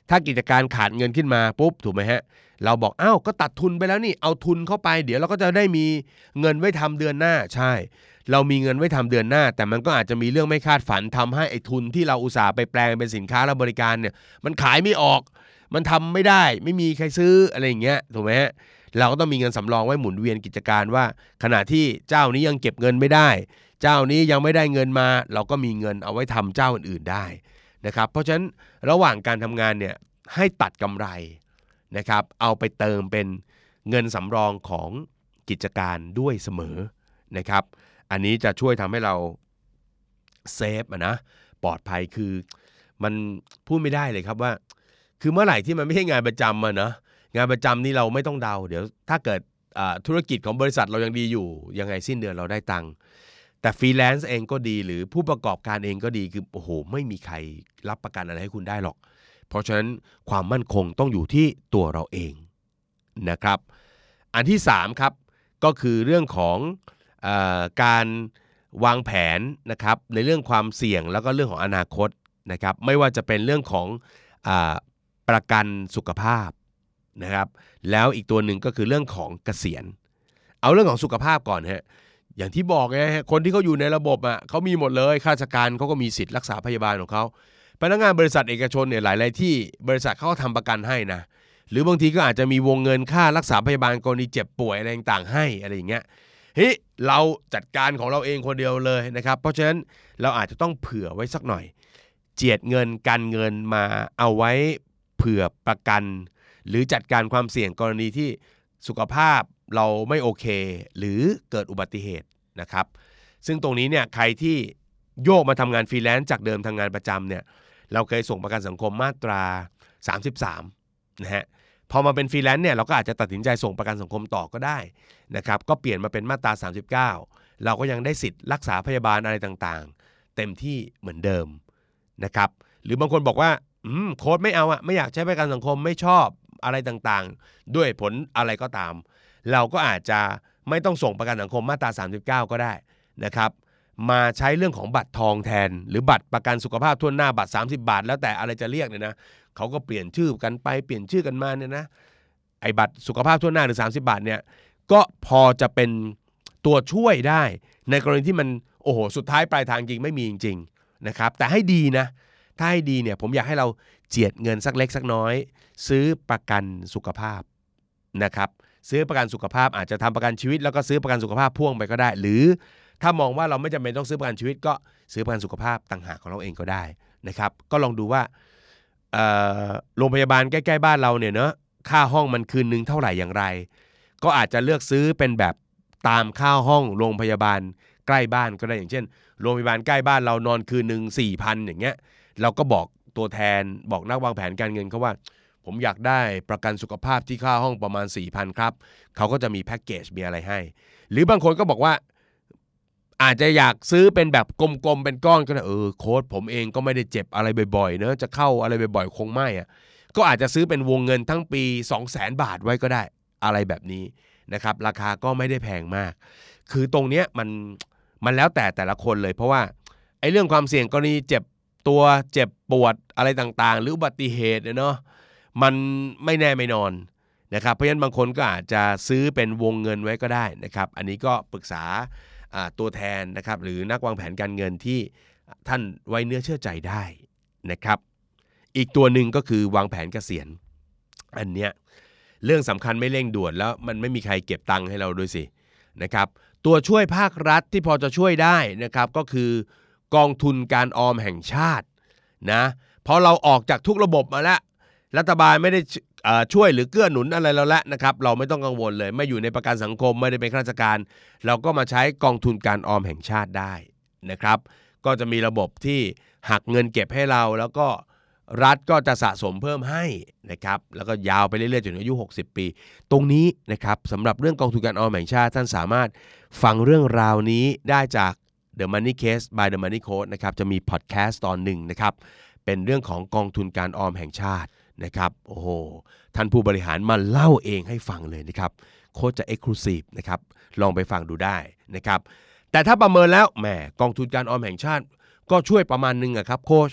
ถ้ากิจการขาดเงินขึ้นมาปุ๊บถูกไหมฮะเราบอกอ้าวก็ตัดทุนไปแล้วนี่เอาทุนเข้าไปเดี๋ยวเราก็จะได้มีเงินไว้ทำเดือนหน้าใช่เรามีเงินไว้ทำเดือนหน้าแต่มันก็อาจจะมีเรื่องไม่คาดฝันทำให้ไอ้ทุนที่เราอุตส่าห์ไปแปลงเป็นสินค้าและบริการเนี่ยมันขายไม่ออกมันทำไม่ได้ไม่มีใครซื้ออะไรอย่างเงี้ยถูกไหมฮะเราก็ต้องมีเงินสำรองไว้หมุนเวียนกิจการว่าขณะที่เจ้านี้ยังเก็บเงินไม่ได้เจ้านี้ยังไม่ได้เงินมาเราก็มีเงินเอาไว้ทำเจ้าอื่นๆได้นะครับเพราะฉะนั้นระหว่างการทำงานเนี่ยให้ตัดกำไรนะครับเอาไปเติมเป็นเงินสำรองของกิจการด้วยเสมอนะครับอันนี้จะช่วยทำให้เราเซฟอะนะปลอดภัยคือมันพูดไม่ได้เลยครับว่าคือเมื่อไหร่ที่มันไม่ใช่งานประจำอะนะงานประจำนี่เราไม่ต้องเดาเดี๋ยวถ้าเกิดธุรกิจของบริษัทเรายังดีอยู่ยังไงสิ้นเดือนเราได้ตังค์แต่ฟรีแลนซ์เองก็ดีหรือผู้ประกอบการเองก็ดีคือโอ้โหไม่มีใครรับประกันอะไรให้คุณได้หรอกเพราะฉะนั้นความมั่นคงต้องอยู่ที่ตัวเราเองนะครับอันที่สามครับก็คือเรื่องของเอ่อการวางแผนนะครับในเรื่องความเสี่ยงแล้วก็เรื่องของอนาคตนะครับไม่ว่าจะเป็นเรื่องของอ่าประกันสุขภาพนะครับแล้วอีกตัวหนึ่งก็คือเรื่องของเกษียณเอาเรื่องของสุขภาพก่อนฮะอย่างที่บอกไงคนที่เขาอยู่ในระบบอ่ะเขามีหมดเลยข้าราชการเขาก็มีสิทธิ์รักษาพยาบาลของเขาพนักงานบริษัทเอกชนเนี่ยหลายๆที่บริษัทเขาก็ทำประกันให้นะหรือบางทีก็อาจจะมีวงเงินค่ารักษาพยาบาลกรณีเจ็บป่วยอะไรต่างๆให้อะไรอย่างเงี้ยเฮ้ยเราจัดการของเราเองคนเดียวเลยนะครับเพราะฉะนั้นเราอาจจะต้องเผื่อไว้สักหน่อยเจียดเงินกันเงินมาเอาไว้เผื่อประกันหรือจัดการความเสี่ยงกรณีที่สุขภาพเราไม่โอเคหรือเกิดอุบัติเหตุนะครับซึ่งตรงนี้เนี่ยใครที่โยกมาทำงานฟรีแลนซ์จากเดิมทำงานประจำเนี่ยเราเคยส่งประกันสังคมมาตราสามสิบสามนะฮะพอมาเป็นฟรีแลนซ์เนี่ยเราก็อาจจะตัดสินใจส่งประกันสังคมต่อก็ได้นะครับก็เปลี่ยนมาเป็นมาตราสามสิบเก้าเราก็ยังได้สิทธิ์รักษาพยาบาลอะไรต่างๆเต็มที่เหมือนเดิมนะครับหรือบางคนบอกว่าอืมโค้ชไม่เอาอะไม่อยากใช้ประกันสังคมไม่ชอบอะไรต่างๆด้วยผลอะไรก็ตามเราก็อาจจะไม่ต้องส่งประกันสังคมมาตราสามสิบเก้าก็ได้นะครับมาใช้เรื่องของบัตรทองแทนหรือบัตรประกันสุขภาพทั่วหน้าบัตรสามสิบบาทแล้วแต่อะไรจะเรียกเนี่ยนะเขาก็เปลี่ยนชื่อกันไปเปลี่ยนชื่อกันมาเนี่ยนะไอ้บัตรสุขภาพทั่วหน้าหรือสามสิบบาทเนี่ยก็พอจะเป็นตัวช่วยได้ในกรณีที่มันโอ้โหสุดท้ายปลายทางจริงไม่มีจริงๆนะครับแต่ให้ดีนะถ้าให้ดีเนี่ยผมอยากให้เราเจียดเงินสักเล็กสักน้อยซื้อประกันสุขภาพนะครับซื้อประกันสุขภาพอาจจะทำประกันชีวิตแล้วก็ซื้อประกันสุขภาพพ่วงไปก็ได้หรือถ้ามองว่าเราไม่จำเป็นต้องซื้อประกันชีวิตก็ซื้อประกันสุขภาพต่างหากของเราเองก็ได้นะครับก็ลองดูว่าโรงพยาบาลใกล้ๆบ้านเราเนี่ยเนอะค่าห้องมันคืนนึงเท่าไหร่อย่างไรก็อาจจะเลือกซื้อเป็นแบบตามค่าห้องโรงพยาบาลใกล้บ้านก็ได้อย่างเช่นโรงพยาบาลใกล้บ้านเรานอนคืนนึง สี่พัน อย่างเงี้ยเราก็บอกตัวแทนบอกนักวางแผนการเงินเขาว่าผมอยากได้ประกันสุขภาพที่ค่าห้องประมาณ สี่พัน ครับเขาก็จะมีแพ็กเกจมีอะไรให้หรือบางคนก็บอกว่าอาจจะอยากซื้อเป็นแบบกลมๆเป็นก้อนก็ได้เออโค้ชผมเองก็ไม่ได้เจ็บอะไรบ่อยๆเนอะจะเข้าอะไรบ่อยๆคงไม่อ่ะก็อาจจะซื้อเป็นวงเงินทั้งปี สองแสน บาทไว้ก็ได้อะไรแบบนี้นะครับราคาก็ไม่ได้แพงมากคือตรงเนี้ยมันมันแล้วแต่แต่ละคนเลยเพราะว่าไอ้เรื่องความเสี่ยงกรณีเจ็บตัวเจ็บปวดอะไรต่างๆหรืออุบัติเหตุเนาะมันไม่แน่ไม่นอนนะครับเพราะฉะนั้นบางคนก็อาจจะซื้อเป็นวงเงินไว้ก็ได้นะครับอันนี้ก็ปรึกษาตัวแทนนะครับหรือนักวางแผนการเงินที่ท่านไว้เนื้อเชื่อใจได้นะครับอีกตัวหนึ่งก็คือวางแผนเกษียณอันเนี้ยเรื่องสำคัญไม่เร่งด่วนแล้วมันไม่มีใครเก็บตังค์ให้เราด้วยสินะครับตัวช่วยภาครัฐที่พอจะช่วยได้นะครับก็คือกองทุนการออมแห่งชาตินะพอเราออกจากทุกระบบมาแล้วรัฐบาลไม่ได้ช่วยหรือเกื้อหนุนอะไรเราแล้วนะครับเราไม่ต้องกังวลเลยไม่อยู่ในประกันสังคมไม่ได้เป็นข้าราชการเราก็มาใช้กองทุนการออมแห่งชาติได้นะครับก็จะมีระบบที่หักเงินเก็บให้เราแล้วก็รัฐก็จะสะสมเพิ่มให้นะครับแล้วก็ยาวไปเรื่อยๆจนอายุหกสิบปีตรงนี้นะครับสำหรับเรื่องกองทุนการออมแห่งชาติท่านสามารถฟังเรื่องราวนี้ได้จาก The Money Case by The Money Coach นะครับจะมีพอดแคสต์ตอนหนึ่งนะครับเป็นเรื่องของกองทุนการออมแห่งชาตินะครับโอ้โหท่านผู้บริหารมาเล่าเองให้ฟังเลยนะครับโคตรจะ Exclusive นะครับลองไปฟังดูได้นะครับแต่ถ้าประเมินแล้วแหมกองทุนการออมแห่งชาติก็ช่วยประมาณนึงอะครับโค้ช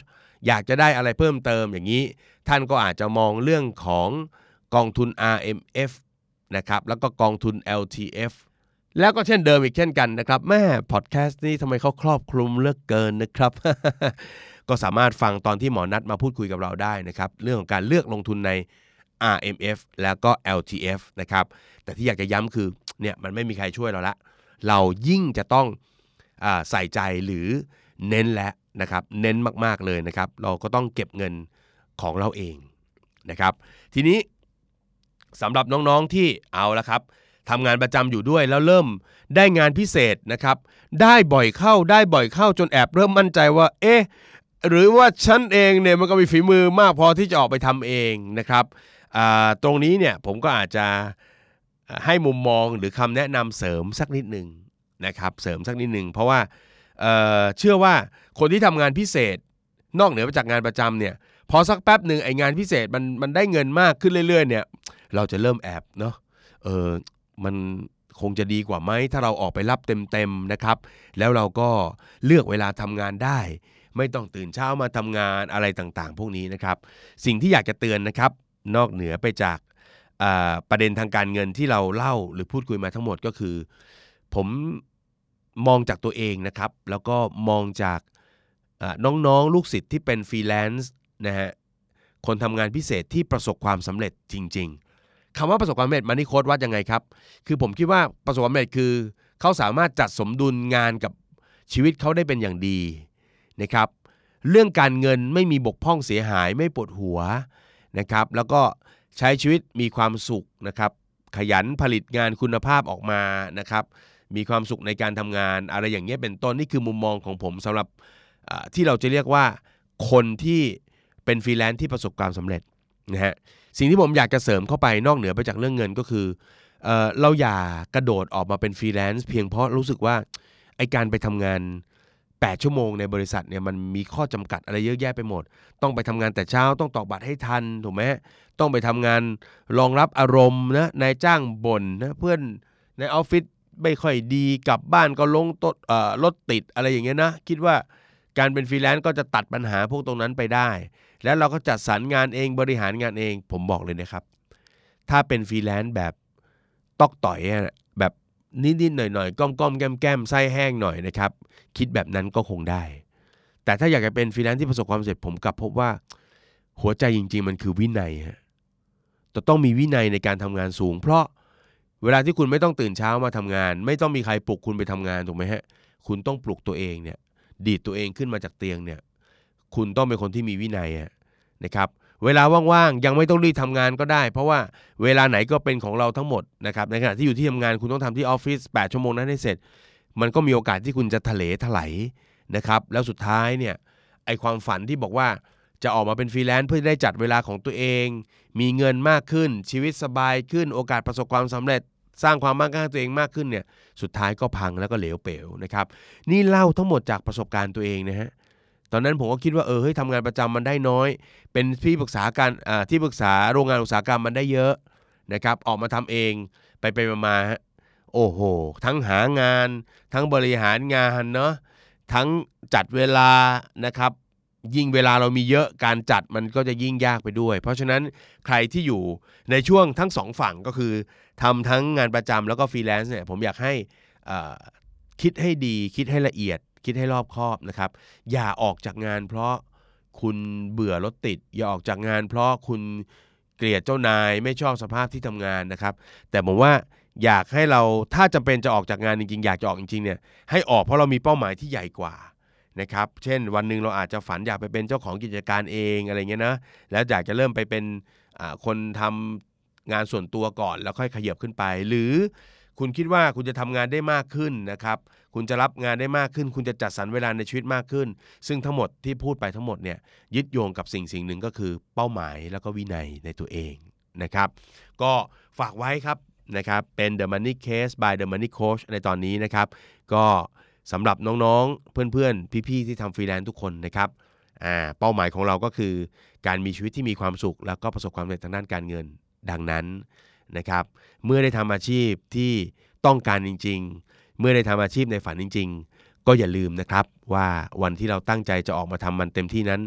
อยากจะได้อะไรเพิ่มเติมอย่างนี้ท่านก็อาจจะมองเรื่องของกองทุน อาร์ เอ็ม เอฟ นะครับแล้วก็กองทุน แอล ที เอฟ แล้วก็เช่นเดิมอีกเช่นกันนะครับแม่พอดแคสต์นี้ทำไมเขาครอบคลุมเหลือกเกินนะครับ ก็สามารถฟังตอนที่หมอนัดมาพูดคุยกับเราได้นะครับเรื่องของการเลือกลงทุนใน อาร์ เอ็ม เอฟ แล้วก็ แอล ที เอฟ นะครับแต่ที่อยากจะย้ำคือเนี่ยมันไม่มีใครช่วยเราละเรายิ่งจะต้องอ่าใส่ใจหรือเน้นและนะครับเน้นมากๆเลยนะครับเราก็ต้องเก็บเงินของเราเองนะครับทีนี้สำหรับน้องๆที่เอาละครับทำงานประจำอยู่ด้วยแล้วเริ่มได้งานพิเศษนะครับได้บ่อยเข้าได้บ่อยเข้าจนแอบเริ่มมั่นใจว่าเอ๊ะหรือว่าฉันเองเนี่ยมันก็มีฝีมือมากพอที่จะออกไปทำเองนะครับอ่าตรงนี้เนี่ยผมก็อาจจะให้มุมมองหรือคำแนะนำเสริมสักนิดนึงนะครับเสริมสักนิดนึงเพราะว่าเอ่อเชื่อว่าคนที่ทำงานพิเศษนอกเหนือจากงานประจำเนี่ยพอสักแป๊บหนึ่งไอ้งานพิเศษมันมันได้เงินมากขึ้นเรื่อยๆเนี่ยเราจะเริ่มแอบเนาะเออมันคงจะดีกว่าไหมถ้าเราออกไปรับเต็มๆนะครับแล้วเราก็เลือกเวลาทำงานได้ไม่ต้องตื่นเช้ามาทำงานอะไรต่างๆพวกนี้นะครับสิ่งที่อยากจะเตือนนะครับนอกเหนือไปจากประเด็นทางการเงินที่เราเล่าหรือพูดคุยมาทั้งหมดก็คือผมมองจากตัวเองนะครับแล้วก็มองจากน้องๆลูกศิษย์ที่เป็นฟรีแลนซ์นะฮะคนทำงานพิเศษที่ประสบความสำเร็จจริงๆคำว่าประสบความสำเร็จมันนี่โค้ดวัดยังไงครับคือผมคิดว่าประสบความสำเร็จคือเขาสามารถจัดสมดุลงานกับชีวิตเขาได้เป็นอย่างดีนะครับเรื่องการเงินไม่มีบกพร่องเสียหายไม่ปวดหัวนะครับแล้วก็ใช้ชีวิตมีความสุขนะครับขยันผลิตงานคุณภาพออกมานะครับมีความสุขในการทำงานอะไรอย่างเงี้ยเป็นต้นนี่คือมุมมองของผมสำหรับที่เราจะเรียกว่าคนที่เป็นฟรีแลนซ์ที่ประสบความสำเร็จนะฮะสิ่งที่ผมอยากจะเสริมเข้าไปนอกเหนือไปจากเรื่องเงินก็คือเอ่อเราอย่ากระโดดออกมาเป็นฟรีแลนซ์เพียงเพราะรู้สึกว่าไอ้การไปทำงานแปดชั่วโมงในบริษัทเนี่ยมันมีข้อจำกัดอะไรเยอะแยะไปหมดต้องไปทำงานแต่เช้าต้องตอกบัตรให้ทันถูกไหมต้องไปทำงานรองรับอารมณ์นะนายจ้างบ่นนะเพื่อนในออฟฟิศไม่ค่อยดีกลับบ้านก็ลงต้นเอ่อรถติดอะไรอย่างเงี้ยนะคิดว่าการเป็นฟรีแลนซ์ก็จะตัดปัญหาพวกตรงนั้นไปได้แล้วเราก็จัดสรรงานเองบริหารงานเองผมบอกเลยนะครับถ้าเป็นฟรีแลนซ์แบบตอกต่อยแบบนิดๆหน่อยๆก้อมๆแก้มๆไส้แห้งหน่อยนะครับคิดแบบนั้นก็คงได้แต่ถ้าอยากจะเป็นฟรีแลนซ์ที่ประสบความสำเร็จผมกลับพบว่าหัวใจจริงๆมันคือวินัยฮะจะต้องมีวินัยในการทำงานสูงเพราะเวลาที่คุณไม่ต้องตื่นเช้ามาทำงานไม่ต้องมีใครปลุกคุณไปทำงานถูกไหมฮะคุณต้องปลุกตัวเองเนี่ยดีดตัวเองขึ้นมาจากเตียงเนี่ยคุณต้องเป็นคนที่มีวินัยนะครับเวลาว่างๆยังไม่ต้องรีบทำงานก็ได้เพราะว่าเวลาไหนก็เป็นของเราทั้งหมดนะครับในขณะที่อยู่ที่ทำงานคุณต้องทำที่ออฟฟิศแปดชั่วโมงนั้นให้เสร็จมันก็มีโอกาสที่คุณจะทะเลถลายนะครับแล้วสุดท้ายเนี่ยไอความฝันที่บอกว่าจะออกมาเป็นฟรีแลนซ์เพื่อได้จัดเวลาของตัวเองมีเงินมากขึ้นชีวิตสบายขึ้นโอกาสประสบความสำเร็จสร้างความมั่งคั่งตัวเองมากขึ้นเนี่ยสุดท้ายก็พังแล้วก็เหลวเป๋วนะครับนี่เล่าทั้งหมดจากประสบการณ์ตัวเองนะฮะตอนนั้นผมก็คิดว่าเออเฮ้ยทำงานประจำมันได้น้อยเป็นที่ปรึกษาการอ่าที่ปรึกษาโรงงานอุตสาหกรรมมันได้เยอะนะครับออกมาทำเองไปไปมาฮะโอ้โหทั้งหางานทั้งบริหารงานเนาะทั้งจัดเวลานะครับยิ่งเวลาเรามีเยอะการจัดมันก็จะยิ่งยากไปด้วยเพราะฉะนั้นใครที่อยู่ในช่วงทั้งสองฝั่งก็คือทำทั้งงานประจำแล้วก็ฟรีแลนซ์เนี่ยผมอยากให้อ่าคิดให้ดีคิดให้ละเอียดคิดให้รอบคอบนะครับอย่าออกจากงานเพราะคุณเบื่อรถติดอย่าออกจากงานเพราะคุณเกลียดเจ้านายไม่ชอบสภาพที่ทำงานนะครับแต่ผมว่าอยากให้เราถ้าจำเป็นจะออกจากงานจริงๆอยากจะออกจริงๆเนี่ยให้ออกเพราะเรามีเป้าหมายที่ใหญ่กว่านะครับเช่นวันนึงเราอาจจะฝันอยากไปเป็นเจ้าของกิจการเองอะไรเงี้ยนะแล้วอยากจะเริ่มไปเป็นคนทำงานส่วนตัวก่อนแล้วค่อยขยับขึ้นไปหรือคุณคิดว่าคุณจะทำงานได้มากขึ้นนะครับคุณจะรับงานได้มากขึ้นคุณจะจัดสรรเวลาในชีวิตมากขึ้นซึ่งทั้งหมดที่พูดไปทั้งหมดเนี่ยยึดโยงกับสิ่งสิ่งหนึ่งก็คือเป้าหมายแล้วก็วินัยในตัวเองนะครับก็ฝากไว้ครับนะครับเป็น The Money Case by The Money Coach ในตอนนี้นะครับก็สำหรับน้องๆเพื่อนๆพี่ๆที่ทำฟรีแลนซ์ทุกคนนะครับอ่าเป้าหมายของเราก็คือการมีชีวิตที่มีความสุขแล้วก็ประสบความสำเร็จทางด้านการเงินดังนั้นนะครับเมื่อได้ทำอาชีพที่ต้องการจริงๆเมื่อได้ทำอาชีพในฝันจริงๆก็อย่าลืมนะครับว่าวันที่เราตั้งใจจะออกมาทำมันเต็มที่นั้น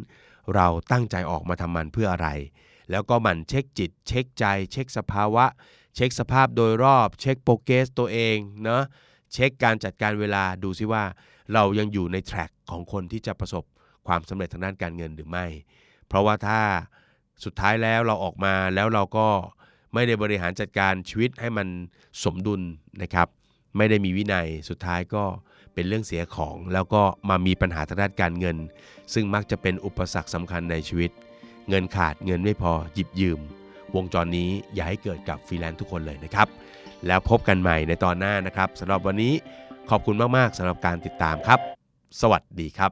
เราตั้งใจออกมาทำมันเพื่ออะไรแล้วก็หมั่นเช็คจิตเช็คใจเช็คสภาวะเช็คสภาพโดยรอบเช็คโปรเกรสตัวเองเนาะเช็คการจัดการเวลาดูซิว่าเรายังอยู่ในแทร็กของคนที่จะประสบความสำเร็จทางด้านการเงินหรือไม่เพราะว่าถ้าสุดท้ายแล้วเราออกมาแล้วเราก็ไม่ได้บริหารจัดการชีวิตให้มันสมดุลนะครับไม่ได้มีวินัยสุดท้ายก็เป็นเรื่องเสียของแล้วก็มามีปัญหาทางด้านการเงินซึ่งมักจะเป็นอุปสรรคสำคัญในชีวิตเงินขาดเงินไม่พอหยิบยืมวงจรนี้อย่าให้เกิดกับฟรีแลนซ์ทุกคนเลยนะครับแล้วพบกันใหม่ในตอนหน้านะครับสำหรับวันนี้ขอบคุณมากๆสำหรับการติดตามครับสวัสดีครับ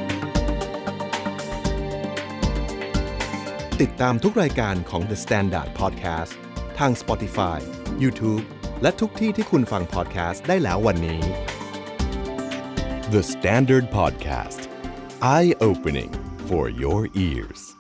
ติดตามทุกรายการของ The Standard Podcast ทาง Spotify, YouTube และทุกที่ที่คุณฟัง podcast ได้แล้ววันนี้ The Standard Podcast Eye Opening for your ears